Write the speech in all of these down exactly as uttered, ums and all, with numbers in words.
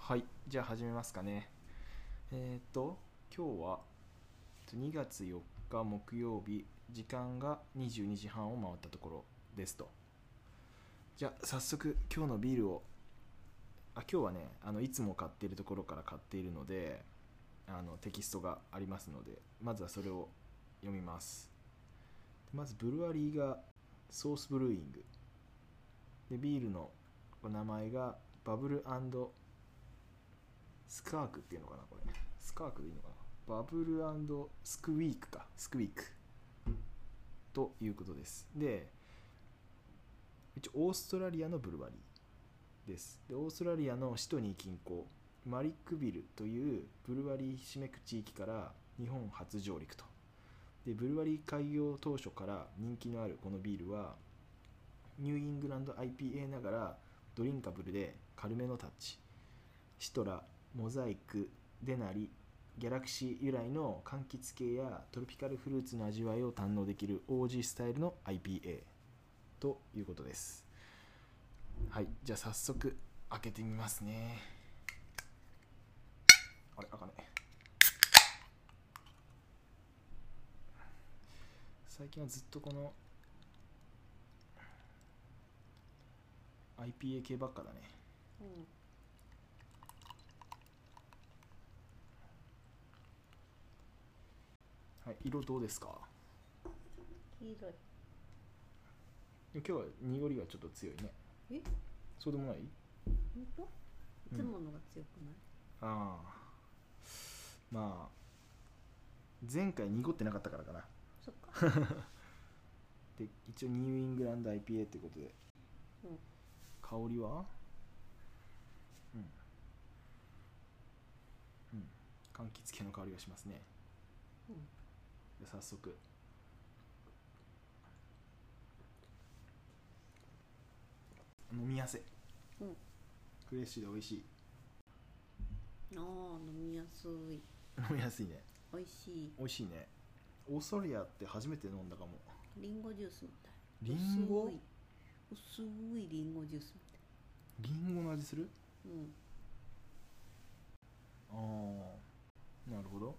はい、じゃあ始めますかね。えっ、と今日はにがつよっか木曜日、時間がにじゅうにじはんを回ったところですと。じゃあ早速今日のビールをあ今日はねあのいつも買っているところから買っているので、あのテキストがありますので、まずはそれを読みます。まずブルワリーがソースブルーイングで、ビールの名前がバブル&スカークっていうのかな、これスカークでいいのかな、バブル&スクウィークかスクウィークということです。で一応オーストラリアのブルワリーです。でオーストラリアのシドニー近郊マリックビルというブルワリーひしめく地域から日本初上陸と。でブルワリー開業当初から人気のあるこのビールはニューイングランド アイピーエー ながらドリンカブルで軽めのタッチ、シトラ、モザイク、デナリ、ギャラクシー由来の柑橘系やトロピカルフルーツの味わいを堪能できる オージー スタイルの アイピーエー ということです。はい、じゃあ早速開けてみますね。あれ開かねえ。最近はずっとこの アイピーエー 系ばっかだね。 うん、 はい、色どうですか？ 黄色い。 今日は濁りがちょっと強いね。 え？ そうでもない？ 本当？いつものが強くない？ うん、ああ、まあ前回濁ってなかったからかな。 そっか。 で一応ニューイングランド アイピーエー ってことで、 うん、 香りはうんうん柑橘系の香りがしますね。 うん、 で早速飲みやすい、 うん、 フレッシュで美味しい。 ああ、飲みやすい。 飲みやすいね。 美味しい。 美味しいね。オーストラリアって初めて飲んだかも。 リンゴジュースみたい。 リンゴ？ 薄い薄いリンゴジュースみたい。 リンゴの味する？ うん、 ああ、なるほど。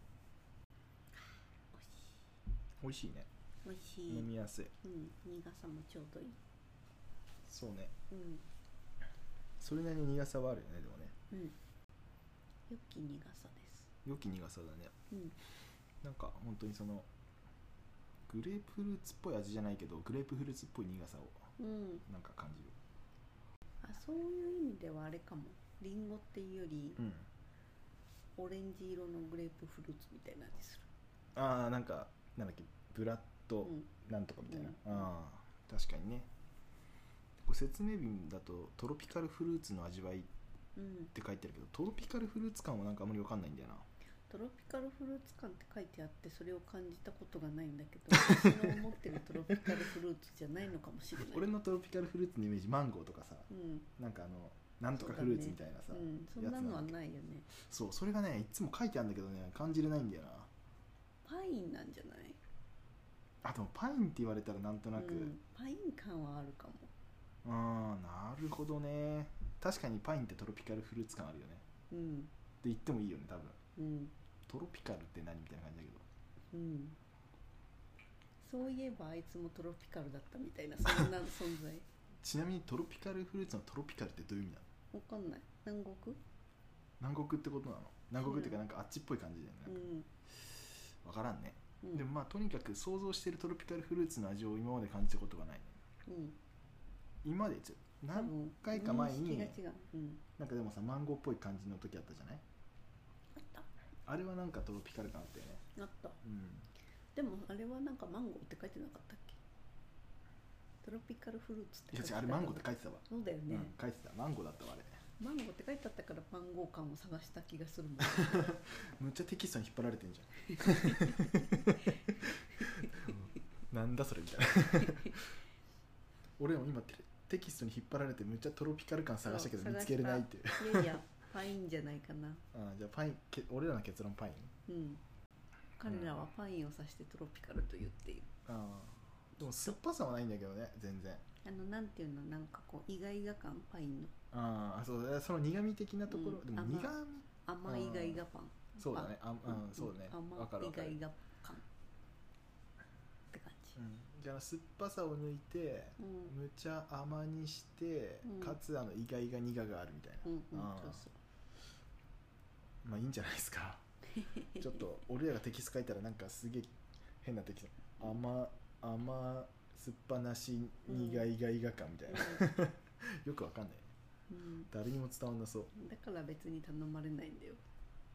美味しいね。 美味しい。 飲みやすい。 うん、苦さもちょうどいい。 そうね。 うん、 それなりに苦さはあるよね、でもね。 うん。良き苦さです。 良き苦さだね。 うん。 なんか本当にそのグレープフルーツっぽい味じゃないけど、グレープフルーツっぽい苦さをうん。 なんか感じる。 あ、そういう意味ではあれかも。リンゴっていうより、 うん。 オレンジ色のグレープフルーツみたいな味する。 ああ、なんかなんだっけ、ブラッドなんとかみたいな。 うん、 ああ、確かにね。こう説明文だとトロピカルフルーツの味わいっうん、 て書いてあるけど、トロピカルフルーツ感はなんかあまり分かんないんだよな。 トロピカルフルーツ感って書いてあって、それを感じたことがないんだけど、私の思ってるトロピカルフルーツじゃないのかもしれない。 俺のトロピカルフルーツのイメージ、マンゴーとかさ、 うん、 なんかあのなんとかフルーツみたいなさ、 そうだね、うん、そんなのはないよね。 そう、それがねいつも書いてあるんだけどね、感じれないんだよな。 パインなんじゃない？ あ、でもパインって言われたらなんとなく、 うん、パイン感はあるかも。 ああ、なるほどね。確かにパインってトロピカルフルーツ感あるよね。 うん、 で言ってもいいよね、多分。 うん、 トロピカルって何みたいな感じだけど。 うん。そういえばあいつもトロピカルだったみたいな、そんな存在。 ちなみにトロピカルフルーツのトロピカルってどういう意味なの？ わかんない。南国？ 南国ってことなの？南国っていうかなんかあっちっぽい感じだよね。 うん、 わからんね。 うん、 でもまあとにかく想像してるトロピカルフルーツの味を今まで感じたことがないね。 うん。 今までちょ多何分回か前に認識が違う。うん。 なんかでもさ、マンゴーっぽい感じの時あったじゃない？ あった。 あれはなんかトロピカル感あったよね。 あった。 うん。 でもあれはなんかマンゴーって書いてなかったっけ？トロピカルフルーツっていや違う、 書いてた。 あれマンゴーって書いてたわ。 そうだよね、 うん、書いてた。マンゴーだったわあれ。 マンゴーって書いてあったからマンゴー感を探した気がするもん。 むっちゃテキストに引っ張られてんじゃん。なんだそれみたいな。俺も今テテキストに引っ張られてむっちゃトロピカル感探したけど見つけれないっていう。 いやいや、パインじゃないかな。 ああ、じゃあパイン、け俺らの結論パイン。 うん。彼らはパインを指してトロピカルと言っている。 ああ、でも酸っぱさはないんだけどね、全然。 あのなんていうの、なんかこう意外が感、パインの。 ああそうその苦味的なところ、 うんでも苦味甘いガイガパン。 そうだねあ、うんパンそうだね甘わかるわかる、 いガイガパンって感じ。 うん、じゃあ酸っぱさを抜いて、 うんむちゃ甘にして、 うんかつあの意外が苦があるみたいな、 うんうんあーそうそうまあいいんじゃないですかちょっと俺らがテキスト書いたらなんかすげえ変なテキスト甘甘酸っぱなし苦いがいが感みたいな、よくわかんないうんうん誰にも伝わんなそう。 だから別に頼まれないんだよ。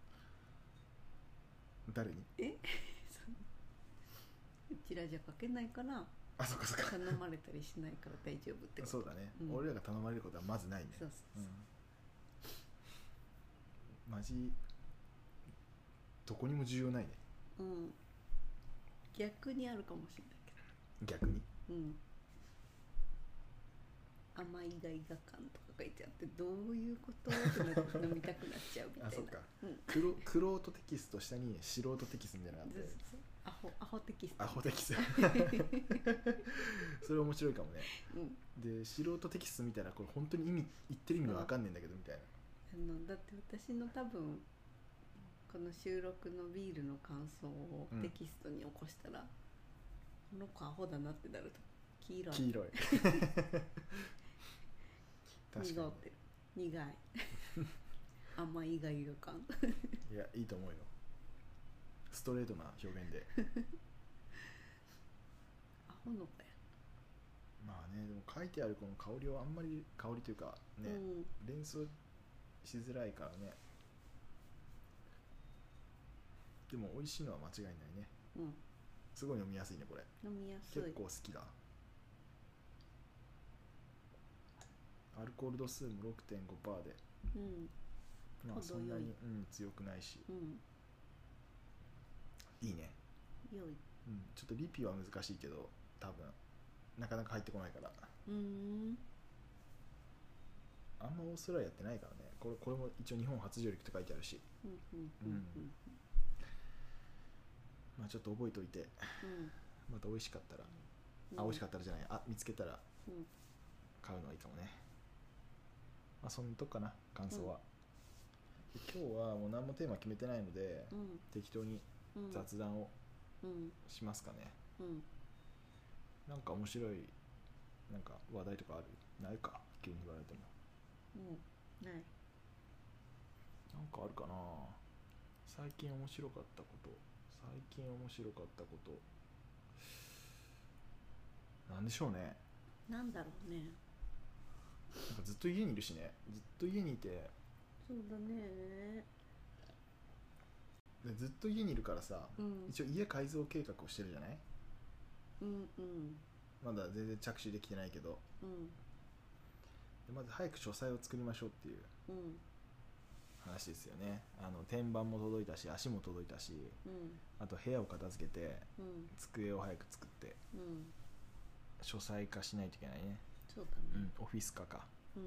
誰に？ えそううちらじゃ書けないからあそっかそっか頼まれたりしないから大丈夫ってこと。 そうだね、 うん俺らが頼まれることはまずないね。 そうそううんマジどこにも重要ないね。 そう、うん、逆にあるかもしれないけ逆にど、うん、甘いガイガ感とか書いてあってどういうことってなって飲みたくなっちゃうみたいな。 あそっか、 うんクロクロートテキスト下に素人テキストみたいなのがあってそうそうそうアホアホテキストアホテキストそれ面白いかもね。 うんで素人テキスト見たらこれ本当に意味言ってる意味が分かんねえんだけどみたいな。 あのだって私の多分この収録のビールの感想をうんテキストに起こしたら、この子アホだなってなると黄色い黄色い確か苦ってる苦い甘いガイガ感にいやいいと思うよストレートな表現でアホの子や。 まあねでも書いてあるこの香りはあんまり香りというかね、 うん連想しづらいからね。でも美味しいのは間違いないね。 うんすごい飲みやすいねこれ。 飲みやすい。 結構好きだ。アルコール度数も ろくてんごパーセント でうんまあ程よいそんなに、うん、強くないしうんいいね、 良い。 うん、ちょっとリピは難しいけど多分なかなか入ってこないから。 うーんあんまオーストラリアってないからね。これこれも一応日本初上陸って書いてあるし、 うんうんうんまあちょっと覚えておいてうんまた美味しかったら、 うんあ美味しかったらじゃないあ見つけたらうん買うのがいいかもね。まあそんなとこかな感想は、で今日はもう何もテーマ決めてないので、 うん適当にうん雑談をうんしますかね。 うんなんか面白いなんか話題とかある？ないか急に言われても。 うんない。 なんかあるかな。最近面白かったこと最近面白かったことなんでしょうね。 なんだろうね。 なんかずっと家にいるしね。ずっと家にいてそうだね。 でずっと家にいるからさ、 うん一応家改造計画をしてるじゃない。 うんうんまだ全然着手できてないけど、 うんでまず早く書斎を作りましょうっていううん話ですよね。あの天板も届いたし足も届いたし、 うんあと部屋を片付けてうん机を早く作ってうん書斎化しないといけないね、 そうだね。 うん、オフィス化か。 うん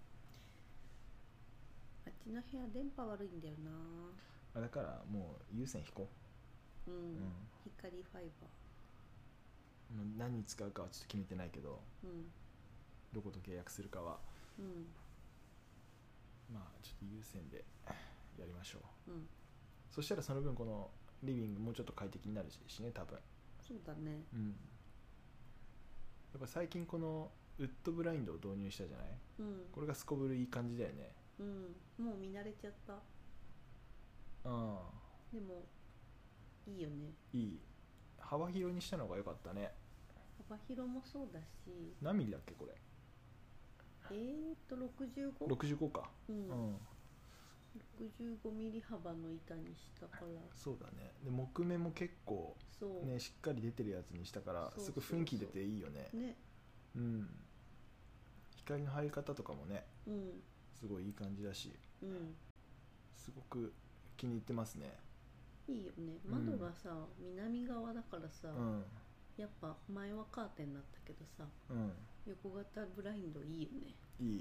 あっちの部屋電波悪いんだよな。 あだからもう有線引こうん、 う、うん光ファイバもう何に使うかはちょっと決めてないけどー。うんどこと契約するかはうんまあちょっと優先でやりましょう。 うんそしたらその分このリビングもうちょっと快適になるしね多分。 そうだね。 うんやっぱ最近このウッドブラインドを導入したじゃない。 うんこれがすこぶるいい感じだよね。 うんもう見慣れちゃった。 あでもいいよね。 いい幅広にしたのが良かったね。 幅広もそうだし、 何ミリだっけこれ。 えーっと ろくじゅうご? ろくじゅうごか。 うん、 うん、 ろくじゅうごミリ幅の板にしたから。 そうだね。で木目も結構そうねしっかり出てるやつにしたからそうすごい雰囲気出ていいよね。 ね。 うん光の入り方とかもねうんすごいいい感じだしうんすごく気に入ってますね。 いいよね。 うん窓がさ、南側だからさ、 うんやっぱ前はカーテンだったけどさ、 うん横型ブラインドいいよね。 いい。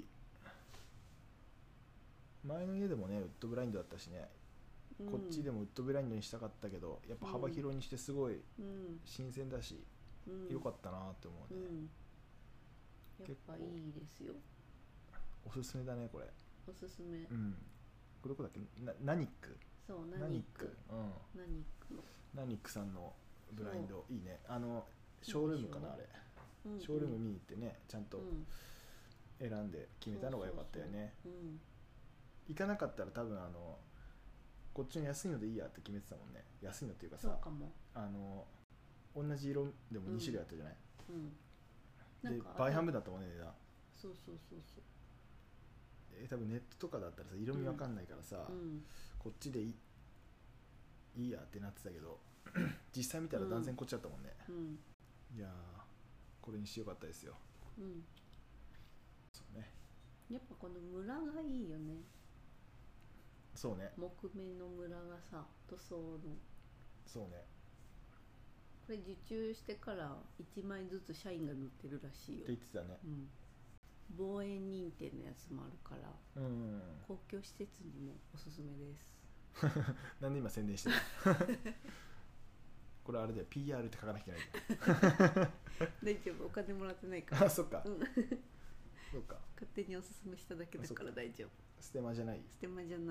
前の家でもねウッドブラインドだったしね、 うん、 こっちでもウッドブラインドにしたかったけどやっぱ幅広にしてすごいうん新鮮だし、 うん良かったなって思うね、 うん、やっぱいいですよ。 おすすめだねこれ。 おすすめ。 うん。これどこだっけ、なナニック。 そうナナニック。 ニック。 うん。 ナニックのナニックさんのブラインドいいね。あのショールームかなあれ。 うんうんショールーム見に行ってね、ちゃんとうん選んで決めたのが良かったよね。 そうそうそううん行かなかったら多分あのこっちの安いのでいいやって決めてたもんね。安いのっていうかさ、 そうかも。 あの同じ色でもに種類あったじゃない、 うんなんでか倍半分だったもんね値段。 そうそうそうそうえ多分ネットとかだったらさ色味わかんないからさ、 うんこっちでいいいいやってなってたけど実際見たら断然こっちだったもんね、 うんいやーこれにしてよかったですよ。 うんそうね。 やっぱこのムラがいいよね。 そうね。 木目のムラがさ塗装のそうね。 これ受注してからいちまいずつ社員が塗ってるらしいよって。言ってたね。 うん望遠認定のやつもあるからうん公共施設にもおすすめです。 なんで今宣伝してるこれあれだよ ピーアール って書かなきゃいけない大丈夫お金もらってないからあそっか、 うんそっか。 勝手におすすめしただけだから大丈夫。 ステマじゃない。 ステマじゃない。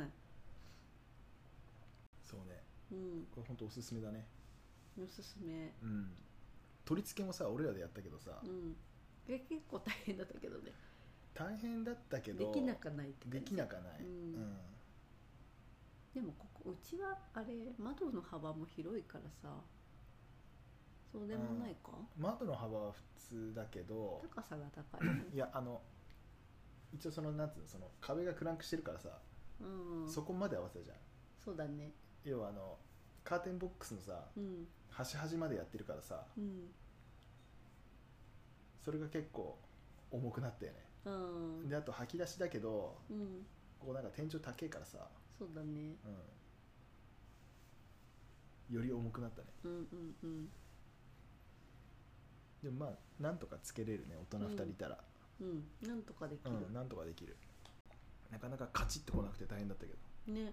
そうね。 うんこれ本当おすすめだね。 おすすめ。 うん取り付けもさ俺らでやったけどさ、 うんえ結構大変だったけどね。 大変だったけどできなかないって感じ。 できなかない、 うんでもここうちはあれ窓の幅も広いからさそうでもないか、 窓の幅は普通だけど高さが高い、 いやあの一応そのなんつうのその壁がクランクしてるからさ、 うん、 そこまで合わせたじゃん。 そうだね。 要はあのカーテンボックスのさうん端端までやってるからさ、 うんそれが結構重くなったよね。 うんであと吐き出しだけどうんここなんか天井高いからさ、 そうだね。 うん、より重くなったね。 うんうんうんでもまあなんとかつけれるね大人ふたりいたら、 うんなんとかできる、 うん、なんとかできる。なかなかカチッとこなくて大変だったけどね。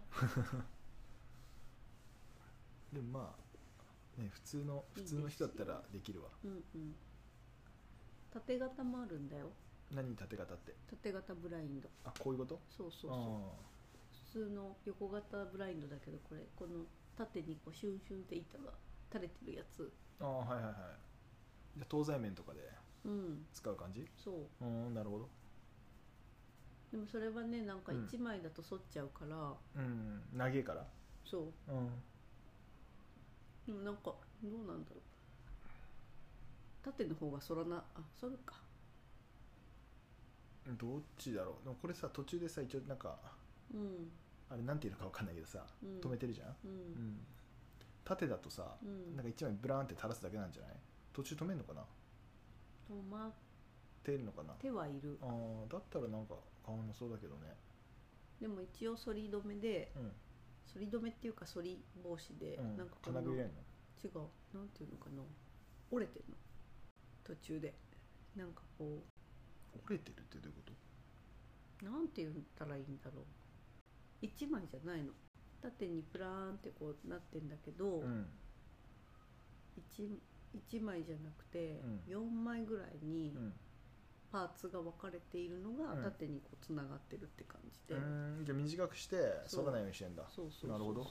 でもまあね普通の普通の人だったらできるわ。 うんうん縦型もあるんだよ。 何縦型って。 縦型ブラインド。 あこういうこと。 そうそうそう。 あ普通の横型ブラインドだけどこれこの縦にこうシュンシュンって板が垂れてるやつ。 あああはいはいはい。じゃあ東西面とかでうん使う感じ。 そううんなるほど。 でもそれはねなんかいちまいだと反っちゃうから、 うん長えから。 そううんでもなんかどうなんだろう縦の方が反らなあ反るかどっちだろう。でもこれさ途中でさ一応なんかうんあれなんていうのかわかんないけどさ、 うん止めてるじゃん、 うんうん縦だとさ、 うんなんか一枚ブラーンって垂らすだけなんじゃない。途中止めんのかな。 止まってるのかな。 てはいる。 ああだったらなんか変わんなそうだけどね。 でも一応反り止めでうん反り止めっていうか反り防止で、 うんなんかこの金具入れんの。 違うなんていうのかな折れてるの途中でなんかこ折れてるってどういうこうなんて言ったらいいんだろういちまいじゃないの縦にプラーンってこうなってんだけど、 と。うん一一枚じゃなくて、 うんよんまいぐらいにうんパーツが分かれているのがうん縦にこうつながってるって感じで、 うーんじゃあ短くしてそう反らないようにしてんだ。 そうそうそうそうなるほど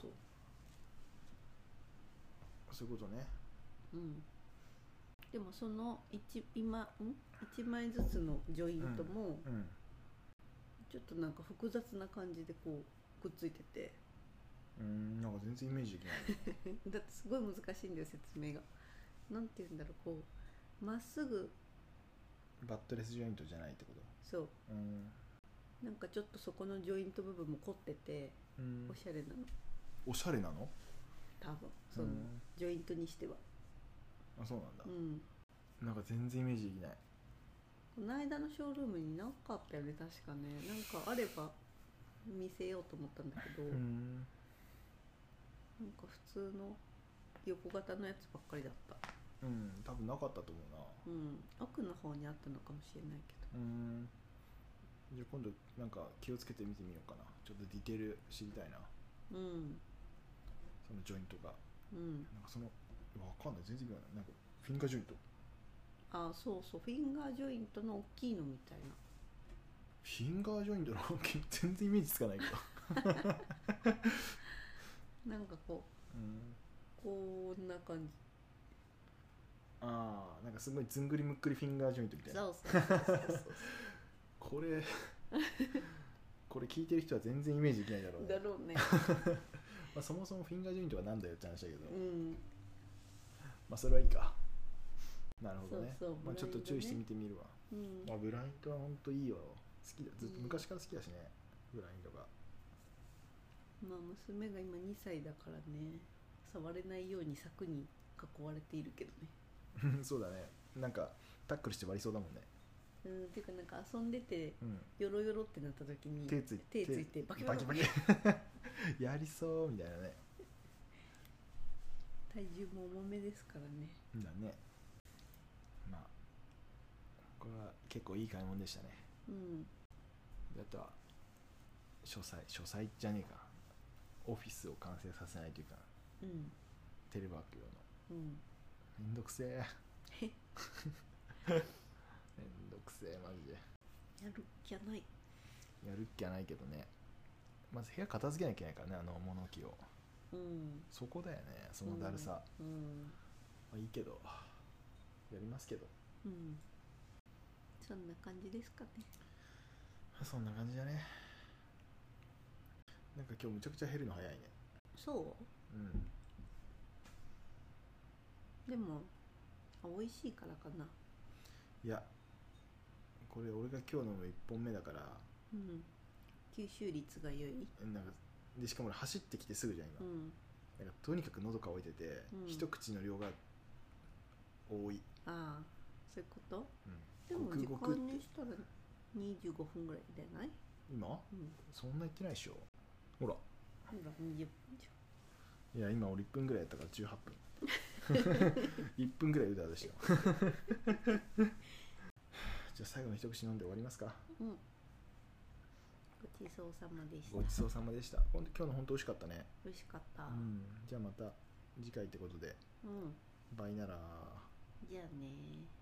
そういうことね。 うん、でもその 1, 今んいちまいずつのジョイントもうんちょっとなんか複雑な感じでこうくっついててうーんなんか全然イメージできないだってすごい難しいんだよ説明が。なんて言うんだろうこうまっすぐバットレスジョイントじゃないってこと。 そううーんなんかちょっとそこのジョイント部分も凝っててうんおしゃれなのおしゃれなの。 多分そのうんジョイントにしては。 あそうなんだ、 うんなんか全然イメージできない。 この間のショールームになかったよね確かね。なんかあれば見せようと思ったんだけど、 うーんなんか普通の横型のやつばっかりだった。 うん多分なかったと思うな。 うん奥の方にあったのかもしれないけうーんじゃあ今度なんか気をつけて見てみようかな。ちょっとディテール知りたいな。 ど。うんそのジョイントがうんなんかそのわかんない全然意味わかんない。なんかフィンガージョイント。 あそうそうフィンガージョイントの大きいのみたいなフィンガージョイントの全然イメージつかないけどなんかこう、うん、こんな感じ。 ああ、なんかすごいずんぐりむっくりフィンガージョイントみたいな。 そうそうそうそうそうこれこれ聞いてる人は全然イメージできないだろうね。 だろうねまあそもそもフィンガージョイントがなんだよって話だけど、 うん、 まあそれはいいか。なるほどね。 そうそう、 まあ、ちょっと注意して見てみるわ。 うん、 まあ、ブラインドはほんといいよ。好きだ。ずっと昔から好きだしね、ブラインドが。 まあ娘が今にさいだからね、触れないように柵に囲われているけどねそうだね。なんかタックルして割りそうだもんね。 うん、っていうかなんか遊んでて、 うん、 よろよろってなった時に手ついて手ついてバキバキバキやりそうみたいなね。 体重も重めですからね。 だね。まあこれは結構いい買い物でしたね。 うん。 あとは書斎書斎じゃねえか、オフィスを完成させないというか、 うん、 テレワーク用の、 うん、 めんどくせえめんどくせえマジで。 やるっきゃない。 やるっきゃないけどね。まず部屋片付けなきゃいけないからね、あの物置を。 うん、 そこだよね、そのだるさ。 うん、うん、 まあ、いいけどやりますけど、 うん、そんな感じですかね。 そんな感じだね。なんか今日むちゃくちゃ減るの早いね。 そう、 うん、 でも美味しいからかな。 いやこれ俺が今日飲むいっぽんめだから、 うん、吸収率が良い。 なんかでしかも俺走ってきてすぐじゃん今、 うん、 なんかとにかく喉乾いてて、うん、一口の量が多い。 ああ、そういうこと。 うん、 でも時間にしたらにじゅうごふんぐらいじゃない今、うん、そんな言ってないでしょ。ほらほらにじゅっぷんじゃん。いや今俺いっぷんぐらいやったからじゅうはっぷんいっぷんぐらいうだうだしよじゃあ最後の一口飲んで終わりますか。 うん、ごちそうさまでした。 ごちそうさまでした。今日の本当美味しかったね。 美味しかった、 うん、じゃあまた次回ってことで、 うん、 バイなら。 じゃあね。